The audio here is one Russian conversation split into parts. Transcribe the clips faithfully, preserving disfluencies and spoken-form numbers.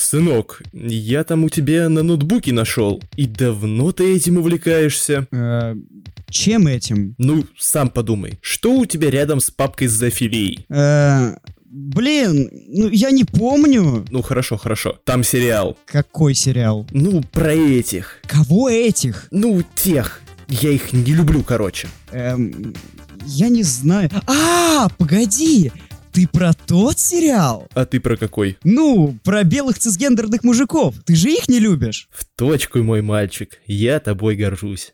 Сынок, я там у тебя на ноутбуке нашел. И давно ты этим увлекаешься? Э, чем этим? Ну, сам подумай, что у тебя рядом с папкой с зоофилией? Э, блин, ну я не помню. Ну хорошо, хорошо, там сериал. Какой сериал? Ну, про этих. Кого этих? Ну, тех. Я их не люблю, короче. Эм, я не знаю. А, погоди! Ты про тот сериал? А ты про какой? Ну, про белых цисгендерных мужиков. Ты же их не любишь? В точку, мой мальчик. Я тобой горжусь.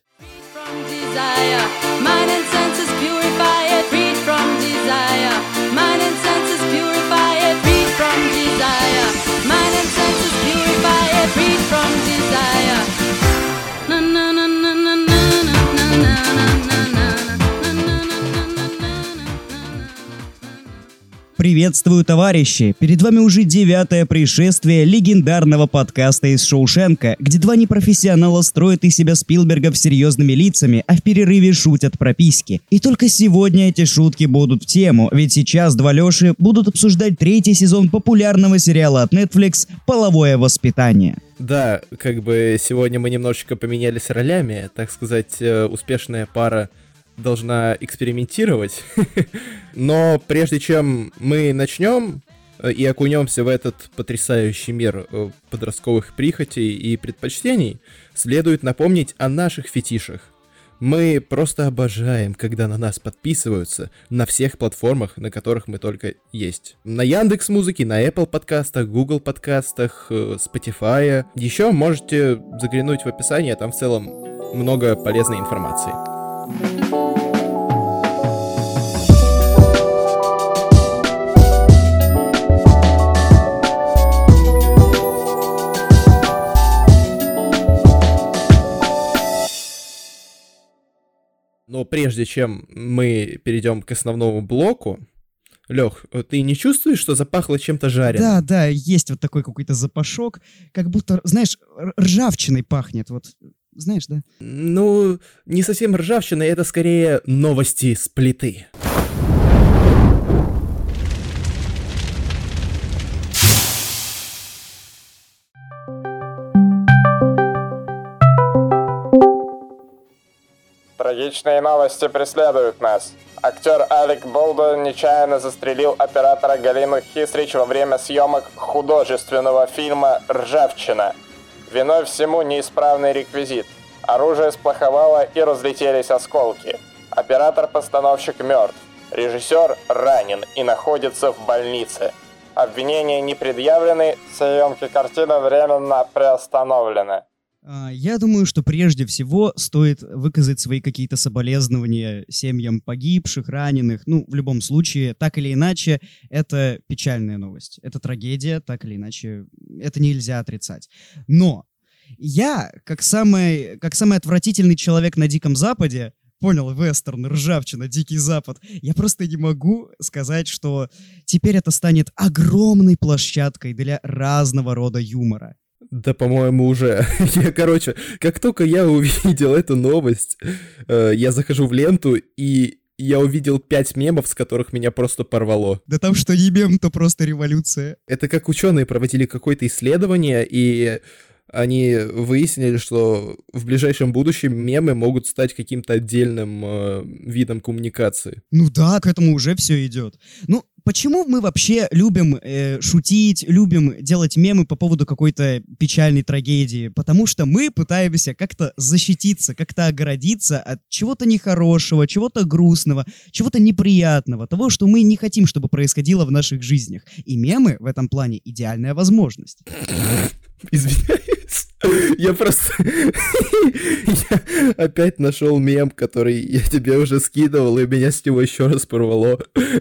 Приветствую, товарищи! Перед вами уже девятое пришествие легендарного подкаста из Шоушенка, где два непрофессионала строят из себя Спилбергов серьезными лицами, а в перерыве шутят про письки. И только сегодня эти шутки будут в тему, ведь сейчас два Леши будут обсуждать третий сезон популярного сериала от Netflix «Половое воспитание». Да, как бы сегодня мы немножечко поменялись ролями, так сказать, успешная пара должна экспериментировать. Но прежде чем мы начнем и окунемся в этот потрясающий мир подростковых прихотей и предпочтений, следует напомнить о наших фетишах. Мы просто обожаем, когда на нас подписываются на всех платформах, на которых мы только есть. На Яндекс.Музыке, на Apple подкастах, Google подкастах, Spotify. Еще можете заглянуть в описание, там в целом много полезной информации. Но прежде чем мы перейдем к основному блоку, Лёх, ты не чувствуешь, что запахло чем-то жареным? Да, да, есть вот такой какой-то запашок, как будто, знаешь, ржавчиной пахнет, вот, знаешь, да? Ну, не совсем ржавчиной, это скорее новости с плиты. Трагичные новости преследуют нас. Актер Алек Болдуин нечаянно застрелил оператора Галину Хисрич во время съемок художественного фильма «Ржавчина». Виной всему неисправный реквизит. Оружие сплоховало и разлетелись осколки. Оператор-постановщик мертв. Режиссер ранен и находится в больнице. Обвинения не предъявлены, съемки картины временно приостановлены. Я думаю, что прежде всего стоит выказать свои какие-то соболезнования семьям погибших, раненых. Ну, в любом случае, так или иначе, это печальная новость. Это трагедия, так или иначе, это нельзя отрицать. Но я, как самый, как самый отвратительный человек на Диком Западе, понял, вестерн, ржавчина, Дикий Запад, я просто не могу сказать, что теперь это станет огромной площадкой для разного рода юмора. Да, по-моему, уже. Я, короче, как только я увидел эту новость, э, я захожу в ленту, и я увидел пять мемов, с которых меня просто порвало. Да там что не мем, то просто революция. Это как ученые проводили какое-то исследование, и они выяснили, что в ближайшем будущем мемы могут стать каким-то отдельным э, видом коммуникации. Ну да, к этому уже все идет. Ну, почему мы вообще любим э, шутить, любим делать мемы по поводу какой-то печальной трагедии? Потому что мы пытаемся как-то защититься, как-то оградиться от чего-то нехорошего, чего-то грустного, чего-то неприятного, того, что мы не хотим, чтобы происходило в наших жизнях. И мемы в этом плане идеальная возможность. Извиняюсь. Я просто... Я опять нашел мем, который я тебе уже скидывал, и меня с него еще раз порвало.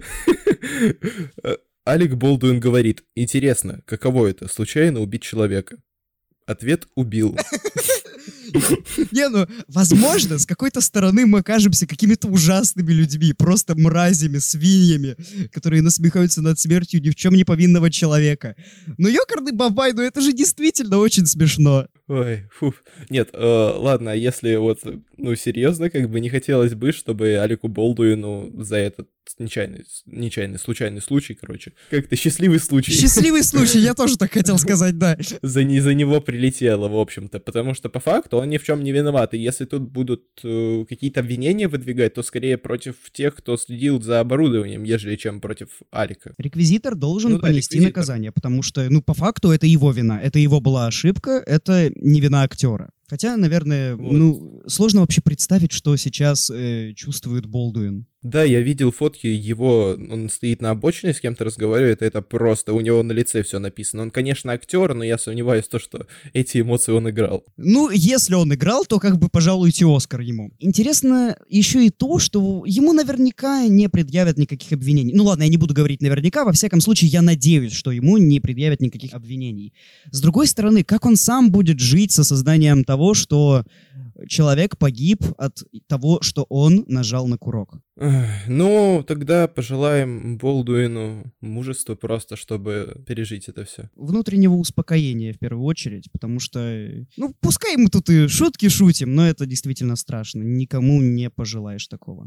Алек Болдуин говорит: интересно, каково это, случайно убить человека? Ответ: убил. Не, ну, возможно, с какой-то стороны мы окажемся какими-то ужасными людьми, просто мразями, свиньями, которые насмехаются над смертью ни в чем не повинного человека. Но ёкарный бабай, ну это же действительно очень смешно. Ой, фу. Нет, э, ладно, если вот Ну, серьезно, как бы не хотелось бы, чтобы Алеку Болдуину за этот нечаянный, нечаянный, случайный случай, короче, как-то счастливый случай. Счастливый случай, я тоже так хотел сказать, да. За, не, за него прилетело, в общем-то, потому что по факту он ни в чем не виноват, и если тут будут э, какие-то обвинения выдвигать, то скорее против тех, кто следил за оборудованием, ежели чем против Алика. Реквизитор должен Ну да, понести реквизитор. наказание, потому что, ну, по факту это его вина, это его была ошибка, это не вина актера. Хотя, наверное, Вот. ну, сложно вообще представить, что сейчас э, чувствует Болдуин. Да, я видел фотки его, он стоит на обочине, с кем-то разговаривает, это просто, у него на лице все написано. Он, конечно, актер, но я сомневаюсь в том, что эти эмоции он играл. Ну, если он играл, то как бы пожалуйте Оскар ему. Интересно еще и то, что ему наверняка не предъявят никаких обвинений. Ну ладно, я не буду говорить наверняка, во всяком случае, я надеюсь, что ему не предъявят никаких обвинений. С другой стороны, как он сам будет жить с осознанием того, что человек погиб от того, что он нажал на курок? Эх, ну, тогда пожелаем Болдуину мужества просто, чтобы пережить это все. Внутреннего успокоения в первую очередь, потому что, ну, пускай мы тут и шутки шутим, но это действительно страшно. Никому не пожелаешь такого.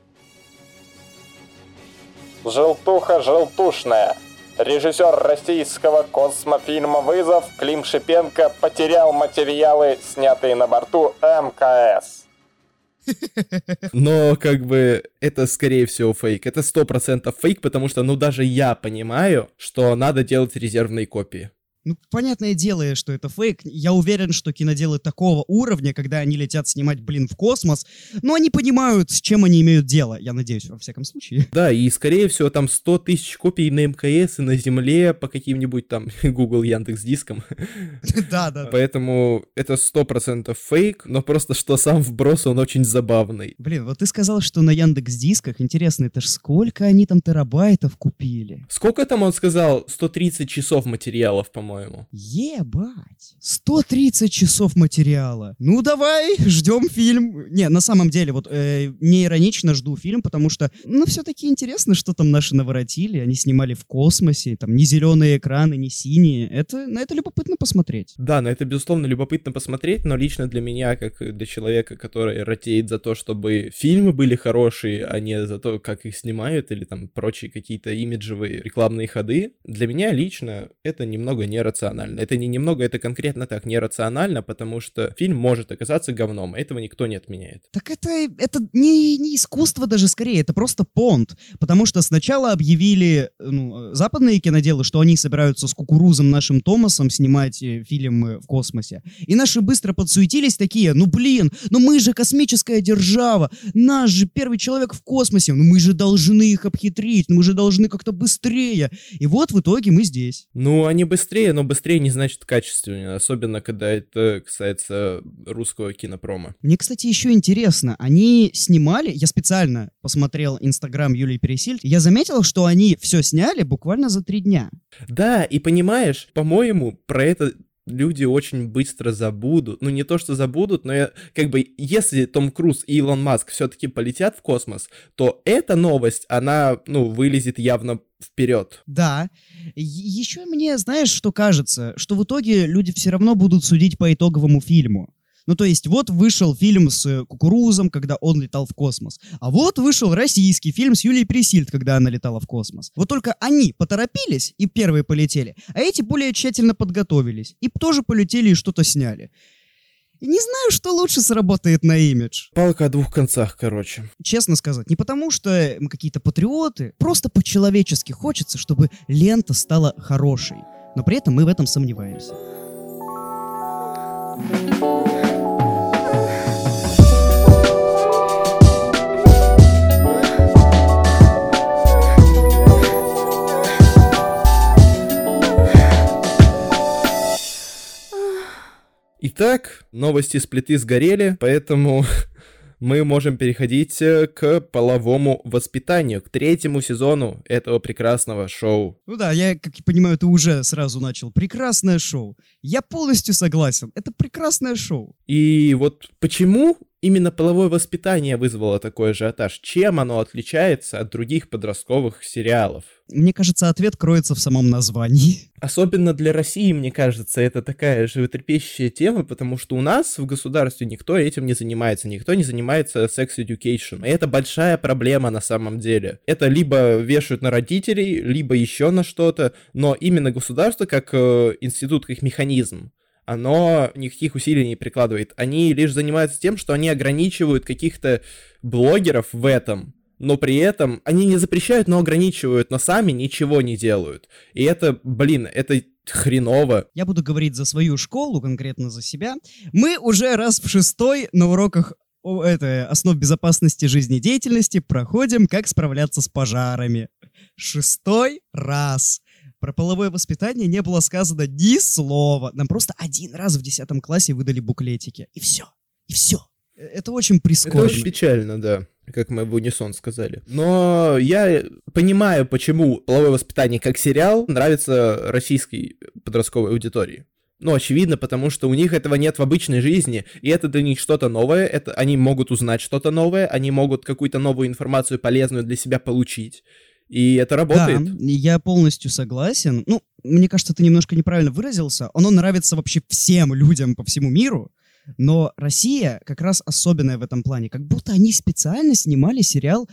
Желтуха желтушная. Режиссер российского космофильма «Вызов» Клим Шипенко потерял материалы, снятые на борту эм ка эс. Но, как бы, это, скорее всего, фейк. Это сто процентов фейк, потому что, ну, даже я понимаю, что надо делать резервные копии. Ну, понятное дело, что это фейк. Я уверен, что киноделы такого уровня, когда они летят снимать, блин, в космос, но они понимают, с чем они имеют дело. Я надеюсь, во всяком случае. Да, и, скорее всего, там сто тысяч копий на эм ка эс и на Земле по каким-нибудь там Google, Яндекс.Дискам. Да, да. Поэтому это сто процентов фейк, но просто что сам вброс, он очень забавный. Блин, вот ты сказал, что на Яндекс.Дисках, интересно, это ж сколько они там терабайтов купили? Сколько там он сказал? сто тридцать часов материалов, по-моему. Ебать. сто тридцать часов материала. Ну, давай, ждем фильм. Не, на самом деле, вот э, не иронично жду фильм, потому что, ну, все-таки интересно, что там наши наворотили. Они снимали в космосе, там, не зеленые экраны, не синие. Это, на это любопытно посмотреть. Да, на это, безусловно, любопытно посмотреть, но лично для меня, как для человека, который ратеет за то, чтобы фильмы были хорошие, а не за то, как их снимают, или там прочие какие-то имиджевые рекламные ходы, для меня лично это немного нерационально. Это не немного, это конкретно так, нерационально, потому что фильм может оказаться говном, а этого никто не отменяет. Так это, это не, не искусство даже скорее, это просто понт. Потому что сначала объявили ну, западные киноделы, что они собираются с Кукурузом нашим Томасом снимать э, фильм э, в космосе. И наши быстро подсуетились такие, ну блин, ну мы же космическая держава, наш же первый человек в космосе, ну мы же должны их обхитрить, ну мы же должны как-то быстрее. И вот в итоге мы здесь. Ну, они быстрее, но быстрее не значит качественнее, особенно когда это касается русского кинопрома. Мне, кстати, еще интересно, они снимали, я специально посмотрел инстаграм Юлии Пересильд, я заметил, что они все сняли буквально за три дня. Да, и понимаешь, по-моему, про это люди очень быстро забудут. Ну, не то, что забудут, но я, как бы, если Том Круз и Илон Маск все-таки полетят в космос, то эта новость, она, ну, вылезет явно вперед. Да. Е- еще мне, знаешь, что кажется? Что в итоге люди все равно будут судить по итоговому фильму. Ну, то есть, вот вышел фильм с Кукурузом, когда он летал в космос. А вот вышел российский фильм с Юлией Пересильд, когда она летала в космос. Вот только они поторопились и первые полетели, а эти более тщательно подготовились. И тоже полетели и что-то сняли. И не знаю, что лучше сработает на имидж. Палка о двух концах, короче. Честно сказать, не потому что мы какие-то патриоты, просто по-человечески хочется, чтобы лента стала хорошей. Но при этом мы в этом сомневаемся. Итак, новости с плиты сгорели, поэтому мы можем переходить к половому воспитанию, к третьему сезону этого прекрасного шоу. Ну да, я, как я понимаю, ты уже сразу начал. Прекрасное шоу. Я полностью согласен. Это прекрасное шоу. И вот почему именно половое воспитание вызвало такой ажиотаж? Чем оно отличается от других подростковых сериалов? Мне кажется, ответ кроется в самом названии. Особенно для России, мне кажется, это такая животрепещущая тема, потому что у нас в государстве никто этим не занимается, никто не занимается sex education. И это большая проблема на самом деле. Это либо вешают на родителей, либо еще на что-то, но именно государство, как э, институт, как механизм, оно никаких усилий не прикладывает. Они лишь занимаются тем, что они ограничивают каких-то блогеров в этом, но при этом они не запрещают, но ограничивают, но сами ничего не делают. И это, блин, это хреново. Я буду говорить за свою школу, конкретно за себя. Мы уже раз в шестой на уроках о, это, основ безопасности жизнедеятельности проходим, как справляться с пожарами. Шестой раз. Про половое воспитание не было сказано ни слова. Нам просто один раз в десятом классе выдали буклетики. И все. И все. Это очень прискорбно. Это очень печально, да, как мы в унисон сказали. Но я понимаю, почему половое воспитание как сериал нравится российской подростковой аудитории. Ну, очевидно, потому что у них этого нет в обычной жизни, и это для них что-то новое, это они могут узнать что-то новое, они могут какую-то новую информацию полезную для себя получить. И это работает. Да, я полностью согласен. Ну, мне кажется, ты немножко неправильно выразился. Оно нравится вообще всем людям по всему миру, но Россия как раз особенная в этом плане. Как будто они специально снимали сериал.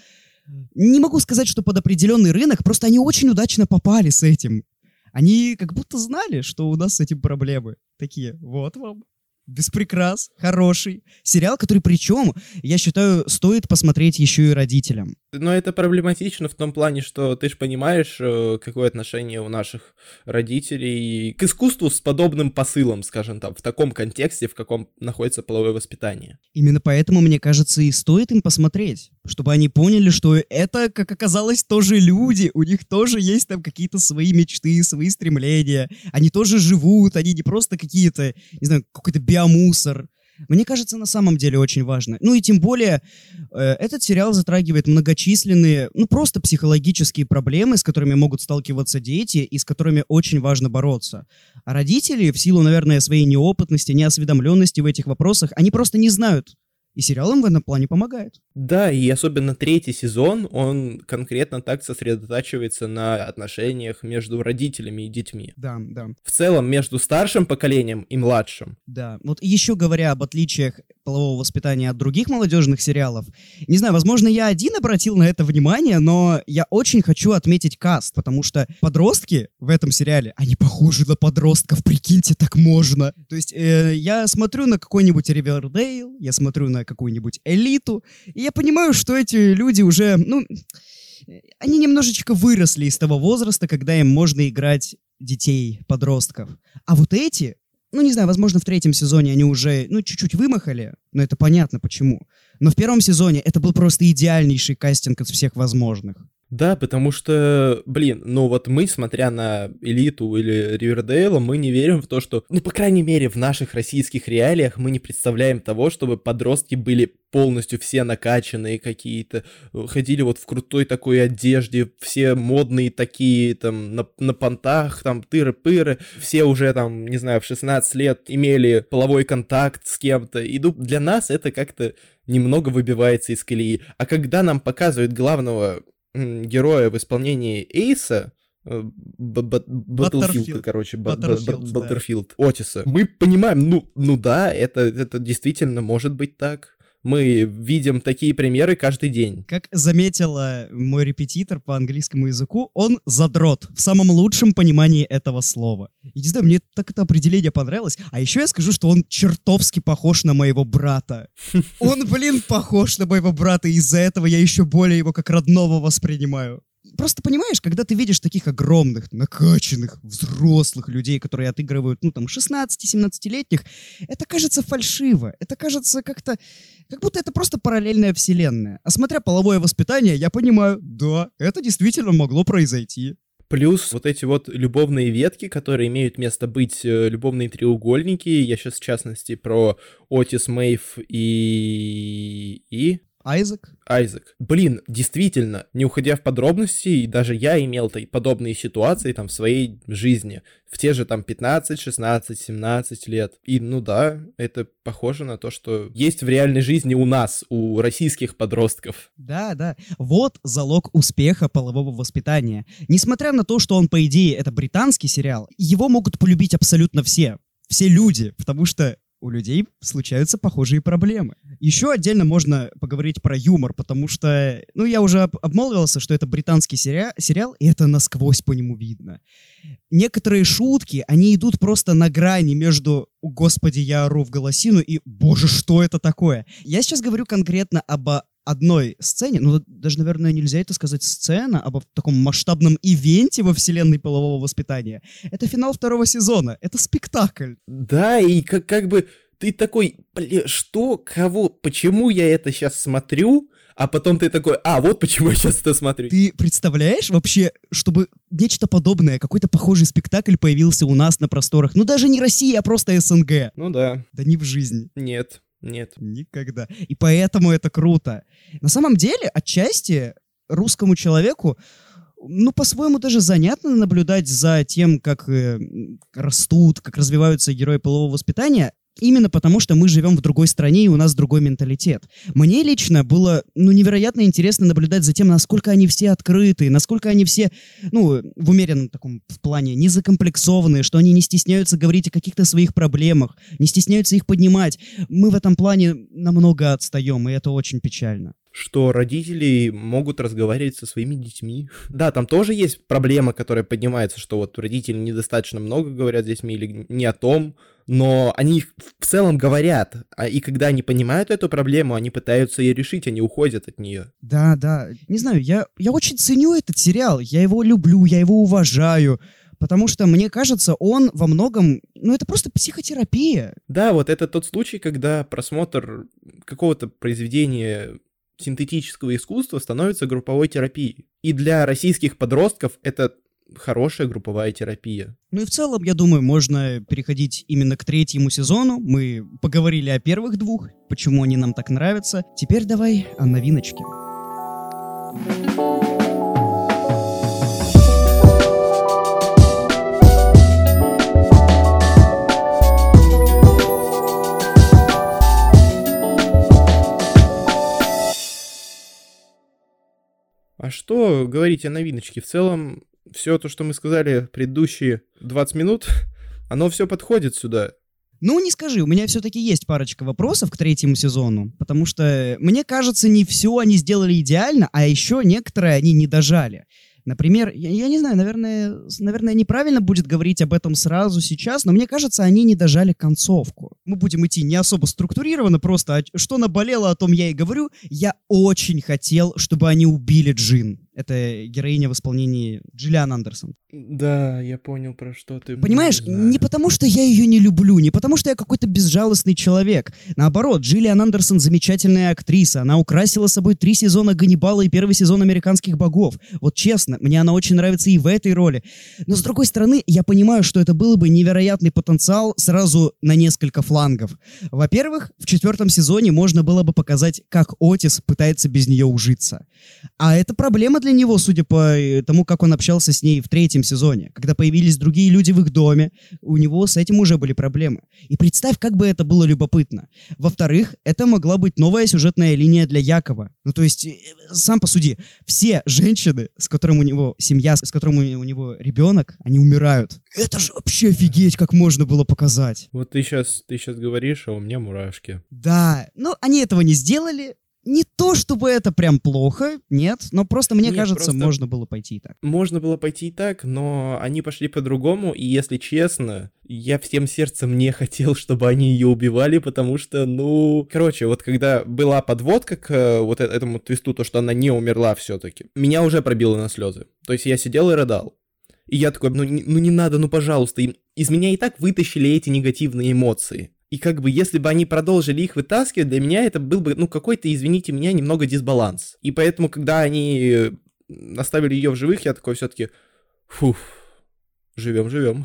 Не могу сказать, что под определенный рынок, просто они очень удачно попали с этим. Они как будто знали, что у нас с этим проблемы. Такие, вот вам. Без прикрас, хороший сериал, который, причем, я считаю, стоит посмотреть еще и родителям. Но это проблематично в том плане, что ты же понимаешь, какое отношение у наших родителей к искусству с подобным посылом, скажем так, в таком контексте, в каком находится половое воспитание. Именно поэтому, мне кажется, и стоит им посмотреть, чтобы они поняли, что это, как оказалось, тоже люди, у них тоже есть там какие-то свои мечты, свои стремления, они тоже живут, они не просто какие-то, не знаю, какой-то биомусор. Мне кажется, на самом деле очень важно. Ну и тем более, э, этот сериал затрагивает многочисленные, ну просто психологические проблемы, с которыми могут сталкиваться дети и с которыми очень важно бороться. А родители, в силу, наверное, своей неопытности, неосведомленности в этих вопросах, они просто не знают. И сериал им в этом плане помогает. Да, и особенно третий сезон, он конкретно так сосредотачивается на отношениях между родителями и детьми. Да, да. В целом, между старшим поколением и младшим. Да, вот еще говоря об отличиях полового воспитания от других молодежных сериалов, не знаю, возможно, я один обратил на это внимание, но я очень хочу отметить каст, потому что подростки в этом сериале, они похожи на подростков, прикиньте, так можно. То есть э, я смотрю на какой-нибудь Ривердейл, я смотрю на какую-нибудь Элиту, и я понимаю, что эти люди уже, ну, они немножечко выросли из того возраста, когда им можно играть детей, подростков. А вот эти, ну, не знаю, возможно, в третьем сезоне они уже, ну, чуть-чуть вымахали, но это понятно почему. Но в первом сезоне это был просто идеальнейший кастинг из всех возможных. Да, потому что, блин, ну вот мы, смотря на Элиту или Ривердейла, мы не верим в то, что, ну, по крайней мере, в наших российских реалиях мы не представляем того, чтобы подростки были полностью все накачанные какие-то, ходили вот в крутой такой одежде, все модные такие, там, на, на понтах, там, тыры-пыры, все уже, там, не знаю, в шестнадцать лет имели половой контакт с кем-то, и ну, для нас это как-то немного выбивается из колеи. А когда нам показывают главного героя в исполнении Эйса, Баттлфилд, короче, Баттлфилд, Отиса, мы понимаем, ну, ну да, это, это действительно может быть так. Мы видим такие примеры каждый день. Как заметила мой репетитор по английскому языку, он задрот в самом лучшем понимании этого слова. И не знаю, мне так это определение понравилось. А еще я скажу, что он чертовски похож на моего брата. Он, блин, похож на моего брата, и из-за этого я еще более его как родного воспринимаю. Просто понимаешь, когда ты видишь таких огромных, накачанных, взрослых людей, которые отыгрывают, ну, там, шестнадцати-семнадцатилетних, это кажется фальшиво, это кажется как-то, как будто это просто параллельная вселенная. А смотря половое воспитание, я понимаю, да, это действительно могло произойти. Плюс вот эти вот любовные ветки, которые имеют место быть, любовные треугольники, я сейчас в частности про Отис, Мэйв и... и... Айзек? Айзек. Блин, действительно, не уходя в подробности, даже я имел подобные ситуации там в своей жизни. В те же там пятнадцать, шестнадцать, семнадцать лет. И ну да, это похоже на то, что есть в реальной жизни у нас, у российских подростков. Да, да. Вот залог успеха полового воспитания. Несмотря на то, что он, по идее, это британский сериал, его могут полюбить абсолютно все. Все люди, потому что у людей случаются похожие проблемы. Еще отдельно можно поговорить про юмор, потому что, ну, я уже об- обмолвился, что это британский сериал, сериал, и это насквозь по нему видно. Некоторые шутки, они идут просто на грани между «О, Господи, я ору в голосину» и «Боже, что это такое?». Я сейчас говорю конкретно об одной сцене, ну, даже, наверное, нельзя это сказать сцена, об таком масштабном ивенте во вселенной полового воспитания. Это финал второго сезона, это спектакль. Да, и как, как бы ты такой, бля, что, кого, почему я это сейчас смотрю, а потом ты такой, а, вот почему я сейчас это смотрю. Ты представляешь вообще, чтобы нечто подобное, какой-то похожий спектакль появился у нас на просторах, ну, даже не Россия, а просто СНГ. Ну да. Да не в жизни. Нет. Нет. Никогда. И поэтому это круто. На самом деле, отчасти русскому человеку, ну, по-своему даже занятно наблюдать за тем, как э, растут, как развиваются герои полового воспитания, именно потому, что мы живем в другой стране, и у нас другой менталитет. Мне лично было, ну, невероятно интересно наблюдать за тем, насколько они все открыты, насколько они все, ну, в умеренном таком в плане, не закомплексованные, что они не стесняются говорить о каких-то своих проблемах, не стесняются их поднимать. Мы в этом плане намного отстаем, и это очень печально. Что родители могут разговаривать со своими детьми. Да, там тоже есть проблема, которая поднимается, что вот родители недостаточно много говорят с детьми или не о том, но они в целом говорят, а и когда они понимают эту проблему, они пытаются ее решить, они уходят от нее. Да, да. Не знаю, я, я очень ценю этот сериал, я его люблю, я его уважаю, потому что, мне кажется, он во многом, ну, это просто психотерапия. Да, вот это тот случай, когда просмотр какого-то произведения синтетического искусства становится групповой терапией. И для российских подростков это хорошая групповая терапия. Ну и в целом, я думаю, можно переходить именно к третьему сезону. Мы поговорили о первых двух, почему они нам так нравятся. Теперь давай о новиночке. А что говорить о новиночке? В целом, все то, что мы сказали предыдущие двадцать минут, оно все подходит сюда. Ну, не скажи, у меня все-таки есть парочка вопросов к третьему сезону, потому что, мне кажется, не все они сделали идеально, а еще некоторые они не дожали. Например, я, я не знаю, наверное, наверное, неправильно будет говорить об этом сразу сейчас, но мне кажется, они не дожали концовку. Мы будем идти не особо структурированно, просто а что наболело, о том я и говорю. Я очень хотел, чтобы они убили Джин. Это героиня в исполнении Джиллиан Андерсон. Да, я понял, про что ты. Понимаешь, не потому что я ее не люблю, не потому что я какой-то безжалостный человек. Наоборот, Джиллиан Андерсон замечательная актриса. Она украсила собой три сезона «Ганнибала» и первый сезон «Американских богов». Вот честно, мне она очень нравится и в этой роли. Но с другой стороны, я понимаю, что это был бы невероятный потенциал сразу на несколько флангов. Во-первых, в четвертом сезоне можно было бы показать, как Отис пытается без нее ужиться. А это проблема для него, судя по тому, как он общался с ней в третьем сезоне. Когда появились другие люди в их доме, у него с этим уже были проблемы. И представь, как бы это было любопытно. Во-вторых, это могла быть новая сюжетная линия для Якова. Ну, то есть, сам посуди, все женщины, с которым у него семья, с которым у него ребенок, они умирают. Это же вообще офигеть, как можно было показать. Вот ты сейчас, ты сейчас говоришь, а у меня мурашки. Да, но они этого не сделали. Не то, чтобы это прям плохо, нет, но просто, мне Нет, кажется, просто можно было пойти и так. Можно было пойти и так, но они пошли по-другому, и, если честно, я всем сердцем не хотел, чтобы они ее убивали, потому что, ну... Короче, вот когда была подводка к э, вот этому твисту, то, что она не умерла все-таки, меня уже пробило на слезы. То есть я сидел и рыдал. И я такой, ну, не, ну не надо, ну пожалуйста, им... из меня и так вытащили эти негативные эмоции. И как бы, если бы они продолжили их вытаскивать, для меня это был бы, ну, какой-то, извините меня, немного дисбаланс. И поэтому, когда они оставили ее в живых, я такой все-таки, фух, живем-живем.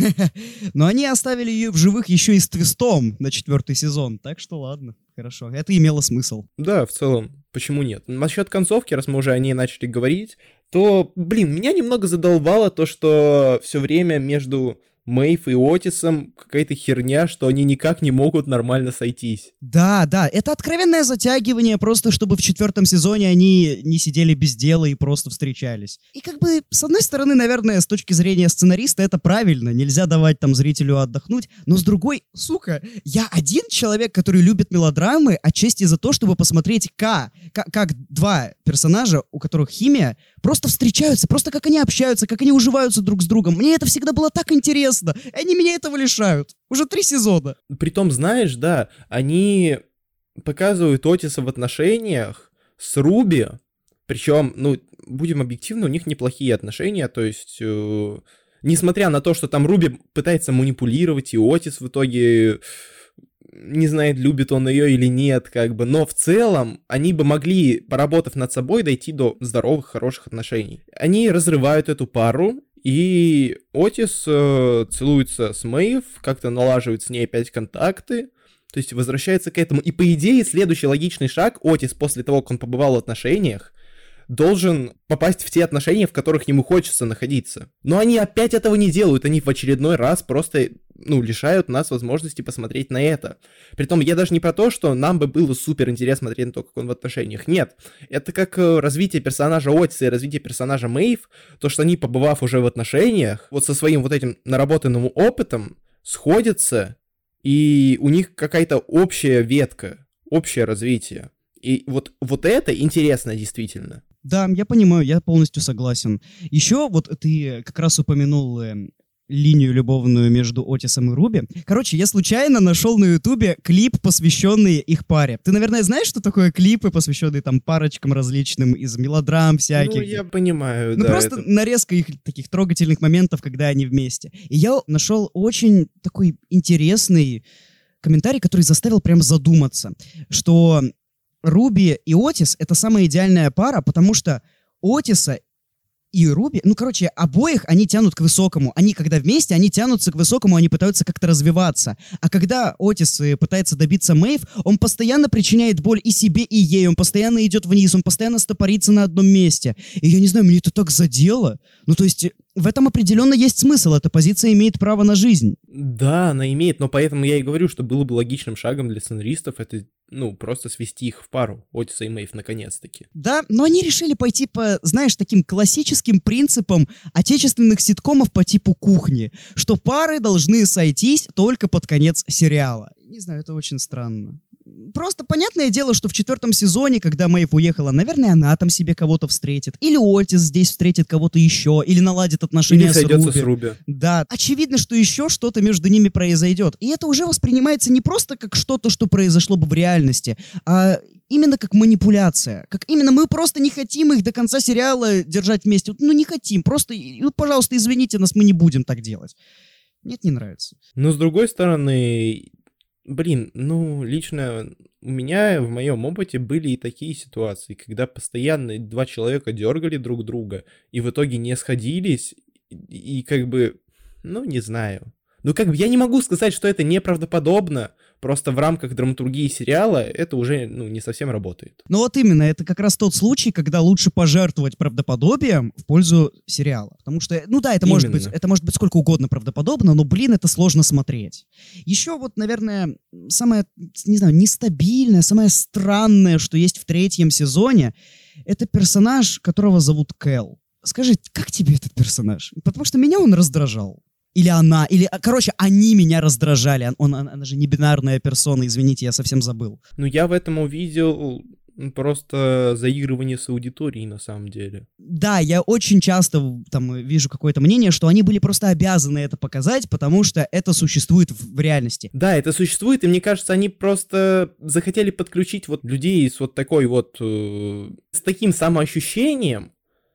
Но они оставили ее в живых еще и с твистом на четвертый сезон, так что ладно, хорошо, это имело смысл. Да, в целом, почему нет? Насчет концовки, раз мы уже о ней начали говорить, то, блин, меня немного задолбало то, что все время между Мэйв и Отисом какая-то херня, что они никак не могут нормально сойтись. Да, да, это откровенное затягивание, просто чтобы в четвертом сезоне они не сидели без дела и просто встречались. И как бы, с одной стороны, наверное, с точки зрения сценариста это правильно, нельзя давать там зрителю отдохнуть, но с другой, сука, я один человек, который любит мелодрамы, отчасти за то, чтобы посмотреть, как, как, как два персонажа, у которых химия, просто встречаются, просто как они общаются, как они уживаются друг с другом. Мне это всегда было так интересно. И они меня этого лишают. Уже три сезона. Притом, знаешь, да, они показывают Отиса в отношениях с Руби, причем, ну, будем объективны, у них неплохие отношения, то есть, э, несмотря на то, что там Руби пытается манипулировать, и Отис в итоге не знает, любит он ее или нет, как бы, но в целом они бы могли, поработав над собой, дойти до здоровых, хороших отношений. Они разрывают эту пару, и Отис э, целуется с Мэйв, как-то налаживает с ней опять контакты, то есть возвращается к этому. И по идее следующий логичный шаг, Отис после того, как он побывал в отношениях, должен попасть в те отношения, в которых ему хочется находиться. Но они опять этого не делают, они в очередной раз просто, ну, лишают нас возможности посмотреть на это. Притом я даже не про то, что нам бы было супер интересно смотреть на то, как он в отношениях. Нет, это как развитие персонажа Отиса и развитие персонажа Мэйв, то, что они, побывав уже в отношениях, вот со своим вот этим наработанным опытом, сходятся, и у них какая-то общая ветка, общее развитие. И вот, вот это интересно действительно. Да, я понимаю, я полностью согласен. Еще вот ты как раз упомянул э, линию любовную между Отисом и Руби. Короче, я случайно нашел на Ютубе клип, посвященный их паре. Ты, наверное, знаешь, что такое клипы, посвященные там парочкам различным из мелодрам всяких? Ну, я понимаю, ну, да. просто это... нарезка их таких трогательных моментов, когда они вместе. И я нашел очень такой интересный комментарий, который заставил прям задуматься, что Руби и Отис — это самая идеальная пара, потому что Отиса и Руби, ну, короче, обоих они тянут к высокому. Они, когда вместе, они тянутся к высокому, они пытаются как-то развиваться. А когда Отис пытается добиться Мэйв, он постоянно причиняет боль и себе, и ей. Он постоянно идет вниз, он постоянно стопорится на одном месте. И я не знаю, мне это так задело. Ну, то есть, в этом определенно есть смысл. Эта позиция имеет право на жизнь. Да, она имеет, но поэтому я и говорю, что было бы логичным шагом для сценаристов это, ну, просто свести их в пару, Отиса и Мэйв, наконец-таки. Да, но они решили пойти по, знаешь, таким классическим принципам отечественных ситкомов по типу «Кухни», что пары должны сойтись только под конец сериала. Не знаю, это очень странно. Просто понятное дело, что в четвертом сезоне, когда Мэйв уехала, наверное, она там себе кого-то встретит. Или Отис здесь встретит кого-то еще, или наладит отношения или с Руби. сойдется с Руби. Да, очевидно, что еще что-то между ними произойдет. И это уже воспринимается не просто как что-то, что произошло бы в реальности, а именно как манипуляция. Как именно мы просто не хотим их до конца сериала держать вместе. Ну, не хотим. Просто, ну, пожалуйста, извините нас, мы не будем так делать. Нет, не нравится. Но с другой стороны... Блин, ну, лично у меня в моем опыте были и такие ситуации, когда постоянно два человека дергали друг друга и в итоге не сходились, и, и как бы, ну, не знаю. Ну, как бы я не могу сказать, что это неправдоподобно, просто в рамках драматургии сериала это уже, ну, не совсем работает. Ну вот именно, это как раз тот случай, когда лучше пожертвовать правдоподобием в пользу сериала. Потому что, ну да, это может быть, это может быть сколько угодно правдоподобно, но, блин, это сложно смотреть. Еще вот, наверное, самое, не знаю, нестабильное, самое странное, что есть в третьем сезоне, это персонаж, которого зовут Кэл. Скажи, как тебе этот персонаж? Потому что меня он раздражал. Или она, или, короче, они меня раздражали. Он, она, она же не бинарная персона, извините, я совсем забыл. Ну, я в этом увидел просто заигрывание с аудиторией, на самом деле. Да, я очень часто там вижу какое-то мнение, что они были просто обязаны это показать, потому что это существует в, в реальности. Да, это существует, и мне кажется, они просто захотели подключить вот людей с вот такой вот, э, с таким самоощущением,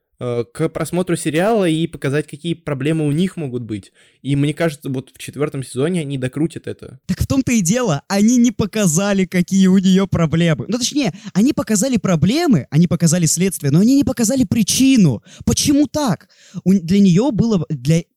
к просмотру сериала и показать, какие проблемы у них могут быть. И мне кажется, вот в четвертом сезоне они докрутят это. Так в том-то и дело, они не показали, какие у нее проблемы. Ну, точнее, они показали проблемы, они показали следствие, но они не показали причину. Почему так? У, для нее было, для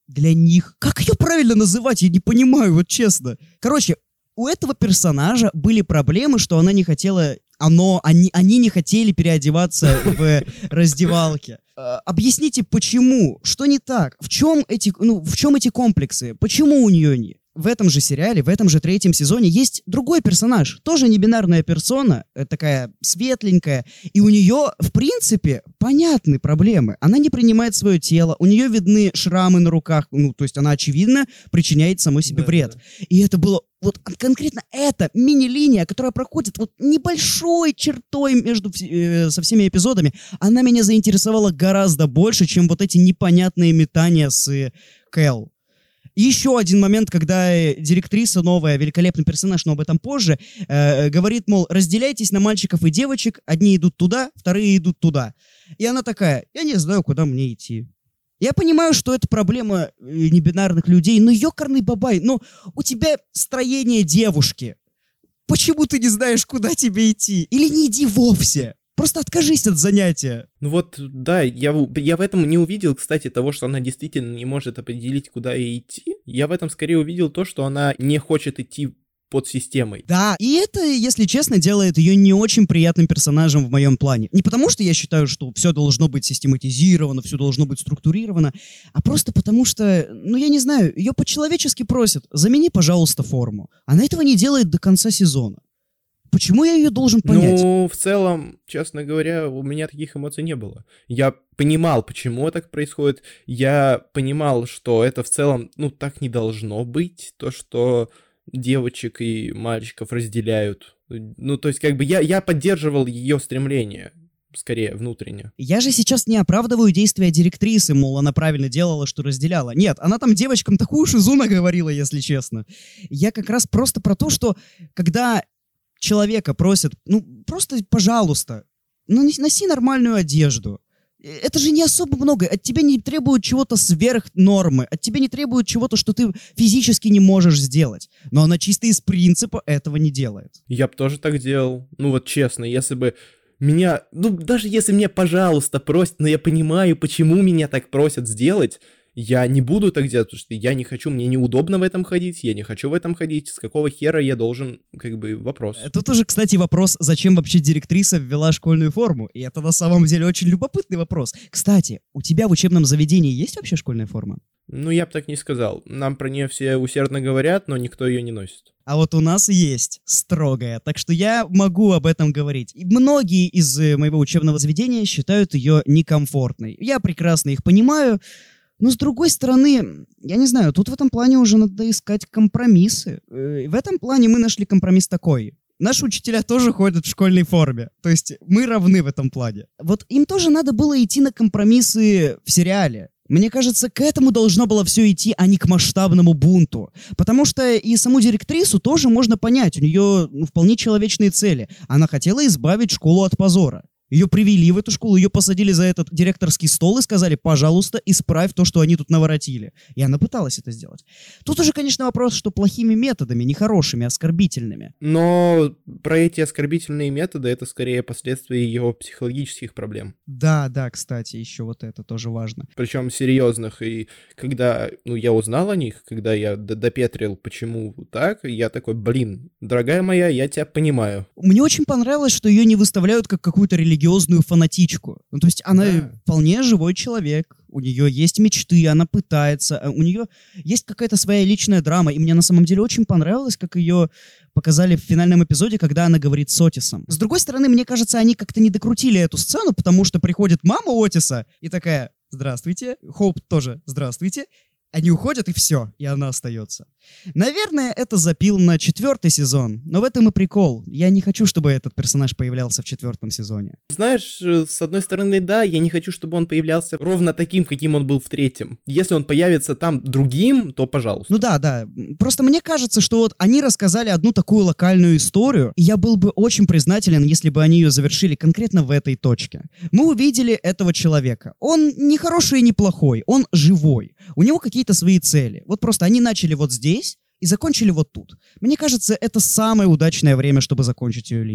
для них... Как ее правильно называть? Я не понимаю, вот честно. Короче, у этого персонажа были проблемы, что она не хотела... Оно, они, они не хотели переодеваться в раздевалке. Э, объясните, почему? Что не так? В чем эти, ну, в чем эти комплексы? Почему у нее не? В этом же сериале, в этом же третьем сезоне есть другой персонаж, тоже небинарная персона, такая светленькая, и у нее, в принципе, понятны проблемы. Она не принимает свое тело, у нее видны шрамы на руках, ну, то есть она, очевидно, причиняет самой себе да, вред. Да. И это было вот конкретно эта мини-линия, которая проходит вот небольшой чертой между э, со всеми эпизодами, она меня заинтересовала гораздо больше, чем вот эти непонятные метания с э, Кэл. И еще один момент, когда директриса новая, великолепный персонаж, но об этом позже, э, говорит, мол, разделяйтесь на мальчиков и девочек, одни идут туда, вторые идут туда. И она такая, я не знаю, куда мне идти. Я понимаю, что это проблема небинарных людей, но ёкарный бабай, ну, у тебя строение девушки. Почему ты не знаешь, куда тебе идти? Или не иди вовсе? Просто откажись от занятия. Ну вот, да, я, я в этом не увидел, кстати, того, что она действительно не может определить, куда ей идти. Я в этом скорее увидел то, что она не хочет идти под системой. Да, и это, если честно, делает ее не очень приятным персонажем в моем плане. Не потому, что я считаю, что все должно быть систематизировано, все должно быть структурировано, а просто потому что, ну я не знаю, ее по-человечески просят, замени, пожалуйста, форму. Она этого не делает до конца сезона. Почему я ее должен понять? Ну, в целом, честно говоря, у меня таких эмоций не было. Я понимал, почему так происходит. Я понимал, что это в целом, ну, так не должно быть. То, что девочек и мальчиков разделяют. Ну, то есть, как бы, я, я поддерживал ее стремление. Скорее, внутренне. Я же сейчас не оправдываю действия директрисы, мол, она правильно делала, что разделяла. Нет, она там девочкам такую шизу наговорила, если честно. Я как раз просто про то, что когда человека просят, ну, просто, пожалуйста, ну, носи нормальную одежду. Это же не особо много. От тебя не требуют чего-то сверх нормы. От тебя не требуют чего-то, что ты физически не можешь сделать. Но она чисто из принципа этого не делает. Я бы тоже так делал. Ну, вот честно, если бы меня, ну, даже если меня, пожалуйста, просят, но я понимаю, почему меня так просят сделать, я не буду так делать, потому что я не хочу, мне неудобно в этом ходить, я не хочу в этом ходить, с какого хера я должен, как бы, вопрос. Тут уже, кстати, вопрос, зачем вообще директриса ввела школьную форму, и это на самом деле очень любопытный вопрос. Кстати, у тебя в учебном заведении есть вообще школьная форма? Ну, я бы так не сказал. Нам про нее все усердно говорят, но никто ее не носит. А вот у нас есть строгая, так что я могу об этом говорить. И многие из моего учебного заведения считают ее некомфортной. Я прекрасно их понимаю, но с другой стороны, я не знаю, тут в этом плане уже надо искать компромиссы. В этом плане мы нашли компромисс такой. Наши учителя тоже ходят в школьной форме. То есть мы равны в этом плане. Вот им тоже надо было идти на компромиссы в сериале. Мне кажется, к этому должно было все идти, а не к масштабному бунту. Потому что и саму директрису тоже можно понять. У нее ну, вполне человечные цели. Она хотела избавить школу от позора. Ее привели в эту школу, ее посадили за этот директорский стол и сказали, пожалуйста, исправь то, что они тут наворотили. И она пыталась это сделать. Тут уже, конечно, вопрос, что плохими методами, нехорошими, оскорбительными. Но про эти оскорбительные методы это скорее последствия ее психологических проблем. Да, да, кстати, еще вот это тоже важно. Причем серьезных. И когда ну, я узнал о них, когда я допетрил, почему так, я такой, блин, дорогая моя, я тебя понимаю. Мне очень понравилось, что ее не выставляют как какую-то религиозную фанатичку. Ну, то есть она да. вполне живой человек, у нее есть мечты, она пытается, у нее есть какая-то своя личная драма, и мне на самом деле очень понравилось, как ее показали в финальном эпизоде, когда она говорит с Отисом. С другой стороны, мне кажется, они как-то не докрутили эту сцену, потому что приходит мама Отиса и такая, здравствуйте, Хоуп тоже, здравствуйте. Они уходят, и все, и она остается. Наверное, это запил на четвертый сезон, но в этом и прикол. Я не хочу, чтобы этот персонаж появлялся в четвертом сезоне. Знаешь, с одной стороны, да, я не хочу, чтобы он появлялся ровно таким, каким он был в третьем. Если он появится там другим, то пожалуйста. Ну да, да. Просто мне кажется, что вот они рассказали одну такую локальную историю, и я был бы очень признателен, если бы они ее завершили конкретно в этой точке. Мы увидели этого человека. Он не хороший и не плохой, он живой. У него какие-то свои цели. Вот просто они начали вот здесь и закончили вот тут. Мне кажется, это самое удачное время, чтобы закончить ее линию.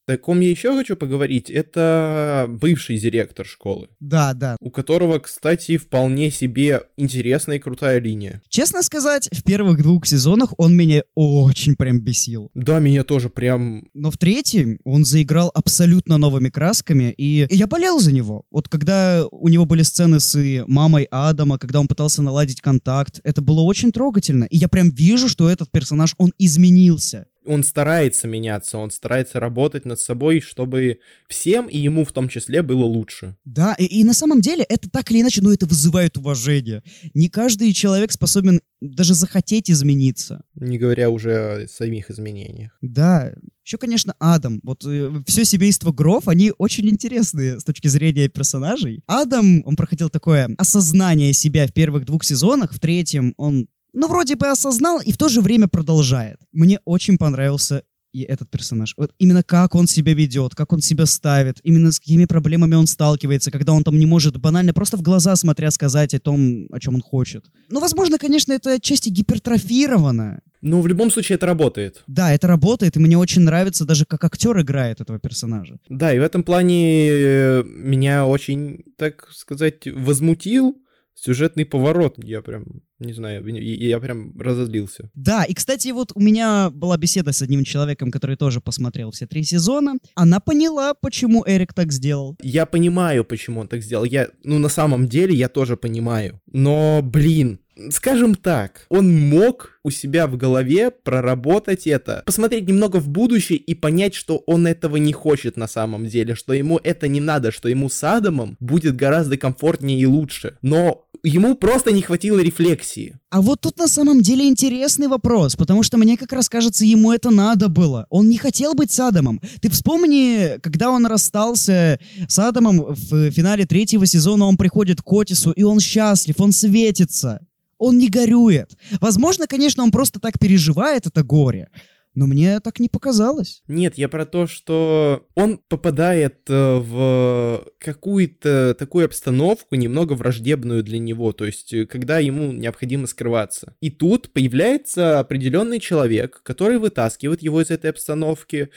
о ком я еще хочу поговорить, это бывший директор школы. Да, да. У которого, кстати, вполне себе интересная и крутая линия. Честно сказать, в первых двух сезонах он меня очень прям бесил. Да, меня тоже прям... Но в третьем он заиграл абсолютно новыми красками, и я болел за него. Вот когда у него были сцены с мамой Адама, когда он пытался наладить контакт, это было очень трогательно. И я прям вижу, что этот персонаж, он изменился. Он старается меняться, он старается работать над собой, чтобы всем, и ему в том числе, было лучше. Да, и, и на самом деле это так или иначе, ну, это вызывает уважение. Не каждый человек способен даже захотеть измениться. Не говоря уже о самих изменениях. Да. Еще, конечно, Адам. Вот э, все семейство Гров, они очень интересные с точки зрения персонажей. Адам, он проходил такое осознание себя в первых двух сезонах, в третьем он ну, вроде бы осознал и в то же время продолжает. Мне очень понравился и этот персонаж. Вот именно как он себя ведет, как он себя ставит, именно с какими проблемами он сталкивается, когда он там не может банально просто в глаза смотря сказать о том, о чем он хочет. Ну, возможно, конечно, это отчасти гипертрофировано. Ну, в любом случае, это работает. Да, это работает, и мне очень нравится даже, как актер играет этого персонажа. Да, и в этом плане меня очень, так сказать, возмутил сюжетный поворот. Я прям, не знаю, я прям разозлился. Да, и, кстати, вот у меня была беседа с одним человеком, который тоже посмотрел все три сезона. Она поняла, почему Эрик так сделал. Я понимаю, почему он так сделал. Я, ну, на самом деле, я тоже понимаю. Но, блин, скажем так, он мог у себя в голове проработать это, посмотреть немного в будущее и понять, что он этого не хочет на самом деле, что ему это не надо, что ему с Адамом будет гораздо комфортнее и лучше. Но ему просто не хватило рефлексии. А вот тут на самом деле интересный вопрос, потому что мне как раз кажется, ему это надо было. Он не хотел быть с Адамом. Ты вспомни, когда он расстался с Адамом в финале третьего сезона, он приходит к Отису, и он счастлив, он светится. Он не горюет. Возможно, конечно, он просто так переживает это горе, но мне так не показалось. Нет, я про то, что он попадает э, в какую-то такую обстановку, немного враждебную для него, то есть когда ему необходимо скрываться. И тут появляется определенный человек, который вытаскивает его из этой обстановки.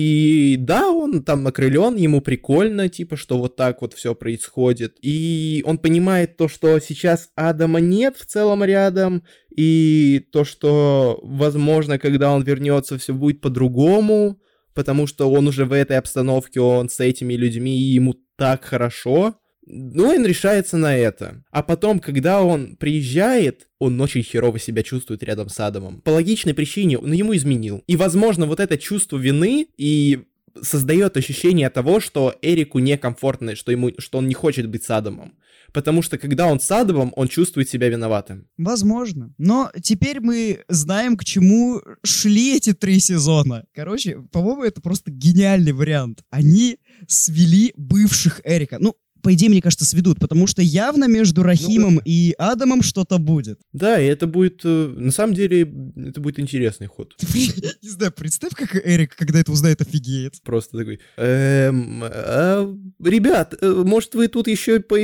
И да, он там окрылен, ему прикольно, типа, что вот так вот все происходит. И он понимает то, что сейчас Адама нет в целом рядом, и то, что, возможно, когда он вернется, все будет по-другому, потому что он уже в этой обстановке, он с этими людьми, и ему так хорошо. Ну, он решается на это. А потом, когда он приезжает, он очень херово себя чувствует рядом с Адамом. По логичной причине он ему изменил. И, возможно, вот это чувство вины и создает ощущение того, что Эрику некомфортно, что, ему, что он не хочет быть с Адамом. Потому что, когда он с Адамом, он чувствует себя виноватым. Возможно. Но теперь мы знаем, к чему шли эти три сезона. Короче, по-моему, это просто гениальный вариант. Они свели бывших Эрика. Ну, по идее, мне кажется, сведут, потому что явно между Рахимом ну, и Адамом что-то будет. Да, и это будет, на самом деле, это будет интересный ход. Не знаю, представь, как Эрик, когда это узнает, офигеет. Просто такой, эм, а, ребят, может, вы тут еще по...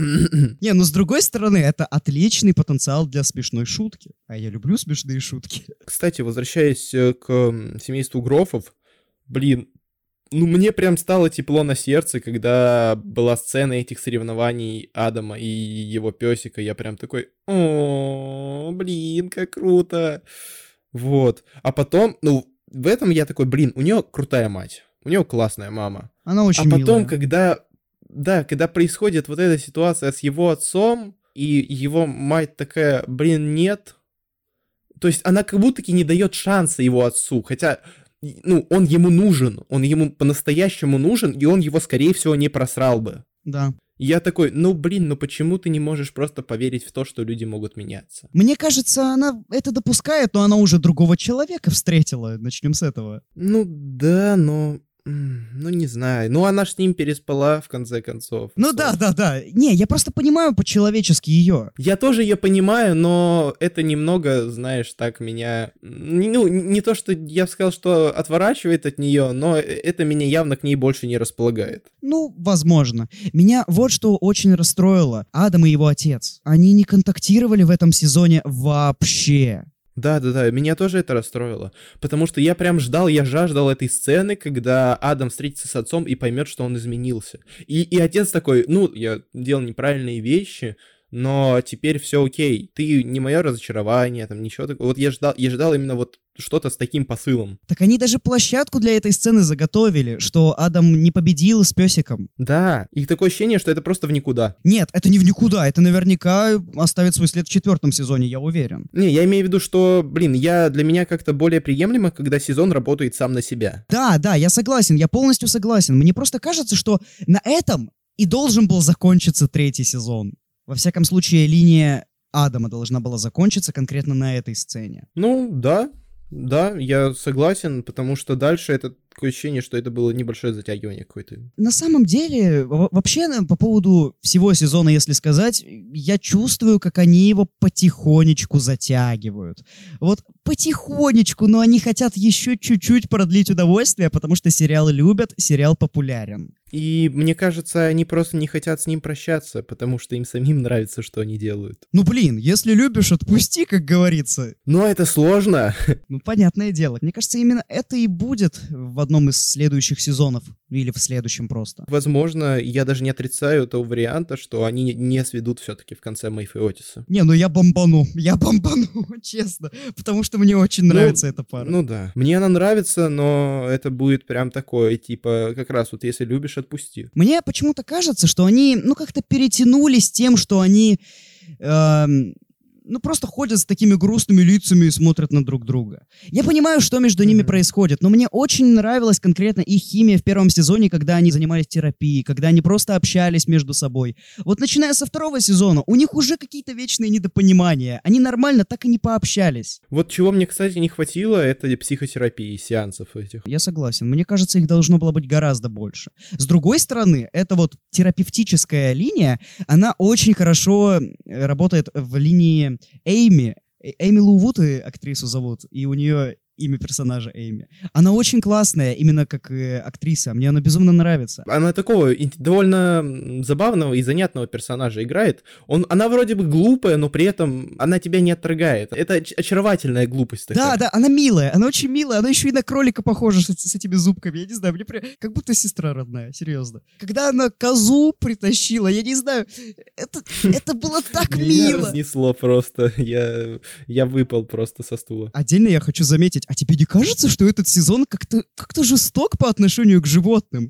Не, ну с другой стороны, это отличный потенциал для смешной шутки. А я люблю смешные шутки. Кстати, возвращаясь к семейству Грофов, блин, ну, мне прям стало тепло на сердце, когда была сцена этих соревнований Адама и его песика. Я прям такой, о, блин, как круто. Вот. А потом, ну, в этом я такой, блин, у нее крутая мать. У нее классная мама. Она очень милая. А потом, милая. когда, да, когда происходит вот эта ситуация с его отцом, и его мать такая, блин, нет. То есть она как будто-таки не дает шанса его отцу, хотя... Ну, он ему нужен, он ему по-настоящему нужен, и он его, скорее всего, не просрал бы. Да. Я такой, ну, блин, ну почему ты не можешь просто поверить в то, что люди могут меняться? Мне кажется, она это допускает, но она уже другого человека встретила. Начнем с этого. Ну, да, но... Ну, не знаю. Ну, она ж с ним переспала, в конце концов. Ну, да, да, да. Не, я просто понимаю по-человечески ее. Я тоже ее понимаю, но это немного, знаешь, так меня... Ну, не то, что я сказал, что отворачивает от нее, но это меня явно к ней больше не располагает. Ну, возможно. Меня вот что очень расстроило. Адам и его отец. Они не контактировали в этом сезоне вообще. Да-да-да, меня тоже это расстроило, потому что я прям ждал, я жаждал этой сцены, когда Адам встретится с отцом и поймет, что он изменился. И, и отец такой, ну, я делал неправильные вещи, но теперь все окей, ты не мое разочарование, там ничего такого. Вот я ждал, я ждал именно вот что-то с таким посылом. Так они даже площадку для этой сцены заготовили, что Адам не победил с песиком. Да, и такое ощущение, что это просто в никуда. Нет, это не в никуда, это наверняка оставит свой след в четвертом сезоне, я уверен. Не, я имею в виду, что, блин, я для меня как-то более приемлемо, когда сезон работает сам на себя. Да, да, я согласен, я полностью согласен. Мне просто кажется, что на этом и должен был закончиться третий сезон. Во всяком случае, линия Адама должна была закончиться конкретно на этой сцене. Ну, да, да, я согласен, потому что дальше это такое ощущение, что это было небольшое затягивание какое-то. На самом деле, в- вообще, на- по поводу всего сезона, если сказать, я чувствую, как они его потихонечку затягивают. Вот потихонечку, но они хотят еще чуть-чуть продлить удовольствие, потому что сериал любят, сериал популярен. И мне кажется, они просто не хотят с ним прощаться, потому что им самим нравится, что они делают. Ну блин, если любишь, отпусти, как говорится. Но это сложно. Ну, понятное дело. Мне кажется, именно это и будет в одном из следующих сезонов. Или в следующем просто. Возможно, я даже не отрицаю того варианта, что они не сведут все-таки в конце Мэйф и Отиса. Не, ну я бомбану. Я бомбану, честно. Потому что мне очень Ну, нравится эта пара. Ну да. Мне она нравится, но это будет прям такое, типа, как раз вот если любишь, отпусти. Мне почему-то кажется, что они, ну, как-то перетянули с тем, что они, эм, ну, просто ходят с такими грустными лицами и смотрят на друг друга. Я понимаю, что между ними Мгм. происходит, но мне очень нравилась конкретно их химия в первом сезоне, когда они занимались терапией, когда они просто общались между собой. Вот начиная со второго сезона, у них уже какие-то вечные недопонимания. Они нормально так и не пообщались. Вот чего мне, кстати, не хватило, это психотерапии, сеансов этих. Я согласен. Мне кажется, их должно было быть гораздо больше. С другой стороны, эта вот терапевтическая линия, она очень хорошо э, работает в линии Эйми. Э- Эйми Лу Вуд и актрису зовут, и у нее имя персонажа Эйми. Она очень классная, именно как э, актриса. Мне она безумно нравится. Она такого ин- довольно м, забавного и занятного персонажа играет. Он, она вроде бы глупая, но при этом она тебя не отторгает. Это оч- очаровательная глупость такая. Да, да, она милая, она очень милая, она еще и на кролика похожа с, эти- с этими зубками, я не знаю, мне прям как будто сестра родная, серьезно. Когда она козу притащила, я не знаю, это, это было так Меня мило. разнесло просто. Я, я выпал просто со стула. Отдельно я хочу заметить, а тебе не кажется, что этот сезон как-то как-то жесток по отношению к животным?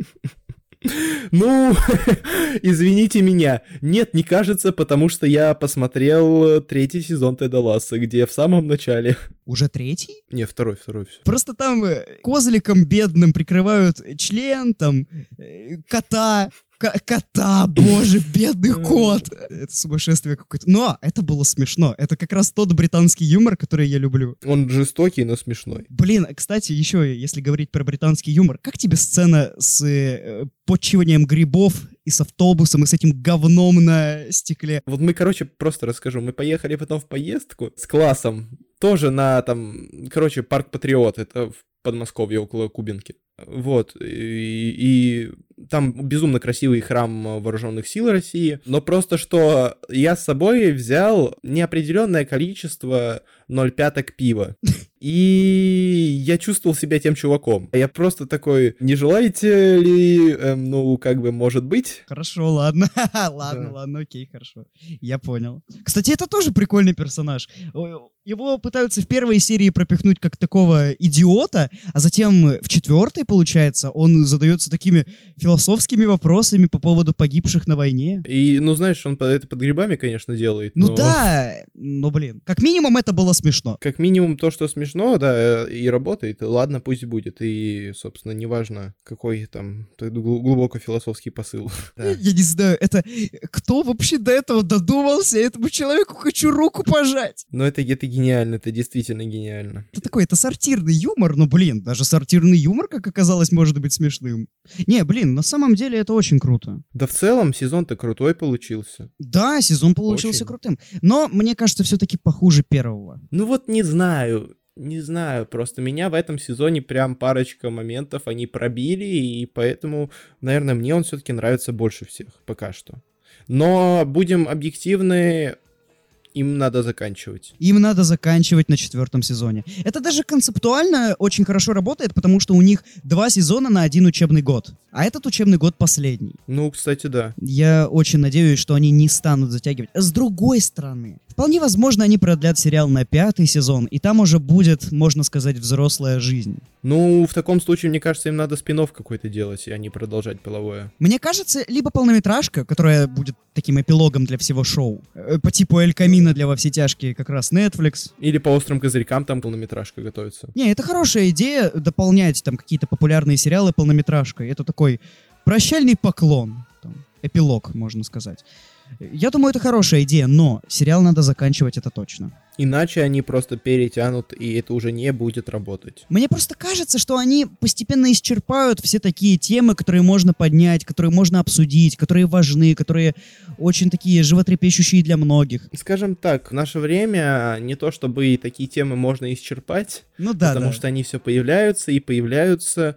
Ну, извините меня. Нет, не кажется, потому что я посмотрел третий сезон Теда Ласса, где в самом начале... Уже третий? Не, второй, второй. всё. Просто там э, козликом бедным прикрывают член, там, э, кота, К- кота, боже, бедный кот. Это сумасшествие какое-то. Но это было смешно. Это как раз тот британский юмор, который я люблю. Он жестокий, но смешной. Блин, кстати, еще, если говорить про британский юмор, как тебе сцена с э, подчиванием грибов и с автобусом, и с этим говном на стекле? Вот мы, короче, просто расскажу. Мы поехали потом в поездку с классом. Тоже на, там, короче, парк Патриот. Это в Подмосковье, около Кубинки. Вот. И, и там безумно красивый храм Вооруженных сил России. Но просто что я с собой взял неопределенное количество ноль пяток пива. И я чувствовал себя тем чуваком. Я просто такой, не желаете ли, эм, ну, как бы, может быть? Хорошо, ладно. Ладно, Да. ладно, окей, хорошо. Я понял. Кстати, это тоже прикольный персонаж. О, Его пытаются в первой серии пропихнуть как такого идиота, а затем в четвертой, получается, он задается такими философскими вопросами по поводу погибших на войне. И, ну, знаешь, он по- это под грибами, конечно, делает. Ну но да, но блин, как минимум это было смешно. Как минимум то, что смешно, да, и работает. И ладно, пусть будет. И, собственно, неважно, какой там т- гл- глубоко философский посыл. Да. Я не знаю, это кто вообще до этого додумался? Этому человеку хочу руку пожать. Но это, это гениально, это действительно гениально. Это такой, это сортирный юмор, но, блин, даже сортирный юмор, как оказалось, может быть смешным. Не, блин, на самом деле это очень круто. Да в целом сезон-то крутой получился. Да, сезон получился Очень. крутым. Но, мне кажется, все-таки похуже первого. Ну вот не знаю, не знаю, просто меня в этом сезоне прям парочка моментов они пробили, и поэтому, наверное, мне он все-таки нравится больше всех пока что. Но будем объективны, Им надо заканчивать. Им надо заканчивать на четвертом сезоне. Это даже концептуально очень хорошо работает, потому что у них два сезона на один учебный год. А этот учебный год последний. Ну, кстати, да. Я очень надеюсь, что они не станут затягивать. С другой стороны, вполне возможно, они продлят сериал на пятый сезон, и там уже будет, можно сказать, взрослая жизнь. Ну, в таком случае, мне кажется, им надо спин-офф какой-то делать, а не продолжать половое. Мне кажется, либо полнометражка, которая будет таким эпилогом для всего шоу, э, по типу Эль Камино для «Во все тяжкие», как раз Netflix. Или по «Острым козырькам» там полнометражка готовится. Не, это хорошая идея, дополнять там какие-то популярные сериалы полнометражкой. Это такой прощальный поклон, там, эпилог, можно сказать. Я думаю, это хорошая идея, но сериал надо заканчивать, это точно. Иначе они просто перетянут, и это уже не будет работать. Мне просто кажется, что они постепенно исчерпают все такие темы, которые можно поднять, которые можно обсудить, которые важны, которые очень такие животрепещущие для многих. Скажем так, в наше время не то чтобы такие темы можно исчерпать, Ну да, потому да. что они все появляются и появляются,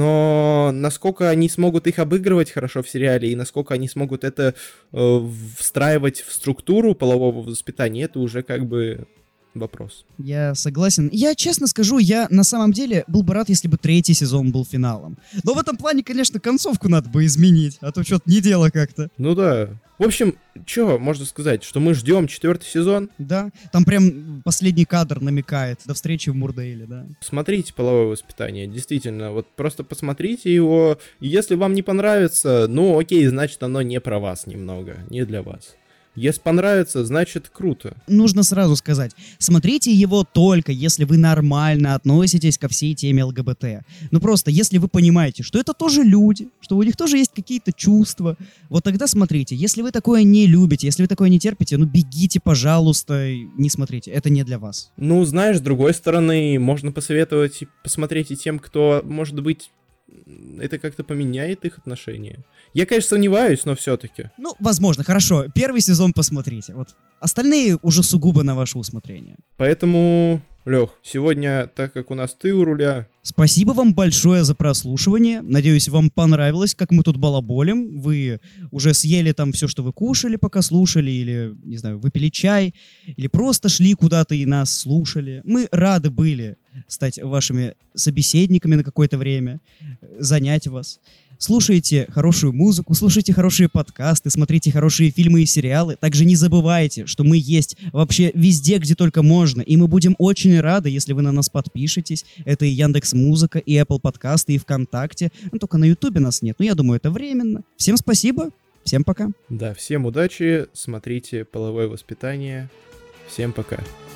но насколько они смогут их обыгрывать хорошо в сериале и насколько они смогут это э, встраивать в структуру полового воспитания, это уже как бы вопрос. Я согласен. Я честно скажу, я на самом деле был бы рад, если бы третий сезон был финалом. Но в этом плане, конечно, концовку надо бы изменить, а то что-то не дело как-то. Ну да. В общем, что можно сказать, что мы ждем четвертый сезон. Да, там прям последний кадр намекает. До встречи в Мурдейле, да. Смотрите половое воспитание, действительно, вот просто посмотрите его. Если вам не понравится, ну окей, значит оно не про вас немного, не для вас. Если понравится, значит круто. Нужно сразу сказать, смотрите его только, если вы нормально относитесь ко всей теме ЛГБТ. Ну просто, если вы понимаете, что это тоже люди, что у них тоже есть какие-то чувства, вот тогда смотрите. Если вы такое не любите, если вы такое не терпите, ну бегите, пожалуйста, и не смотрите, это не для вас. Ну, знаешь, с другой стороны, можно посоветовать и посмотреть и тем, кто, может быть, это как-то поменяет их отношения. Я, конечно, сомневаюсь, но все-таки. Ну, возможно, хорошо, первый сезон посмотрите. Вот остальные уже сугубо на ваше усмотрение. Поэтому, Лех, сегодня, так как у нас ты у руля... Спасибо вам большое за прослушивание. Надеюсь, вам понравилось, как мы тут балаболим. Вы уже съели там все, что вы кушали, пока слушали, или, не знаю, выпили чай, или просто шли куда-то и нас слушали. Мы рады были стать вашими собеседниками на какое-то время, занять вас. Слушайте хорошую музыку, слушайте хорошие подкасты, смотрите хорошие фильмы и сериалы. Также не забывайте, что мы есть вообще везде, где только можно. И мы будем очень рады, если вы на нас подпишетесь. Это и Яндекс.Музыка, и Apple подкасты, и ВКонтакте. Ну, только на Ютубе нас нет. Но я думаю, это временно. Всем спасибо. Всем пока. Да, всем удачи, смотрите половое воспитание. Всем пока.